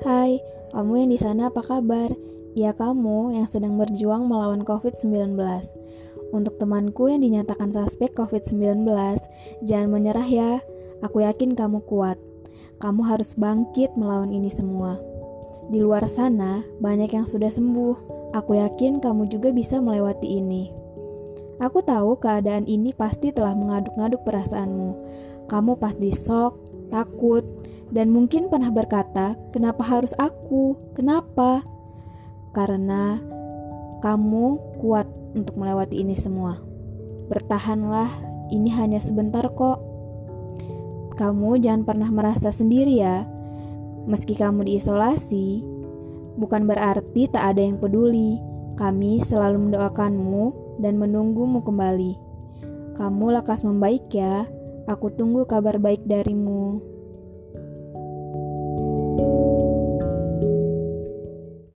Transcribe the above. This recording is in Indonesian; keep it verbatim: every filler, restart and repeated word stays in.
Hai, kamu yang di sana apa kabar? Ya kamu yang sedang berjuang melawan covid sembilan belas. Untuk temanku yang dinyatakan suspek covid sembilan belas, jangan menyerah ya. Aku yakin kamu kuat. Kamu harus bangkit melawan ini semua. Di luar sana, banyak yang sudah sembuh. Aku yakin kamu juga bisa melewati ini. Aku tahu keadaan ini pasti telah mengaduk-ngaduk perasaanmu. Kamu pasti shock, takut, dan mungkin pernah berkata, kenapa harus aku? Kenapa? Karena kamu kuat untuk melewati ini semua. Bertahanlah, ini hanya sebentar kok. Kamu jangan pernah merasa sendiri ya. Meski kamu diisolasi, bukan berarti tak ada yang peduli. Kami selalu mendoakanmu dan menunggumu kembali. Kamu lekas membaik ya. Aku tunggu kabar baik darimu.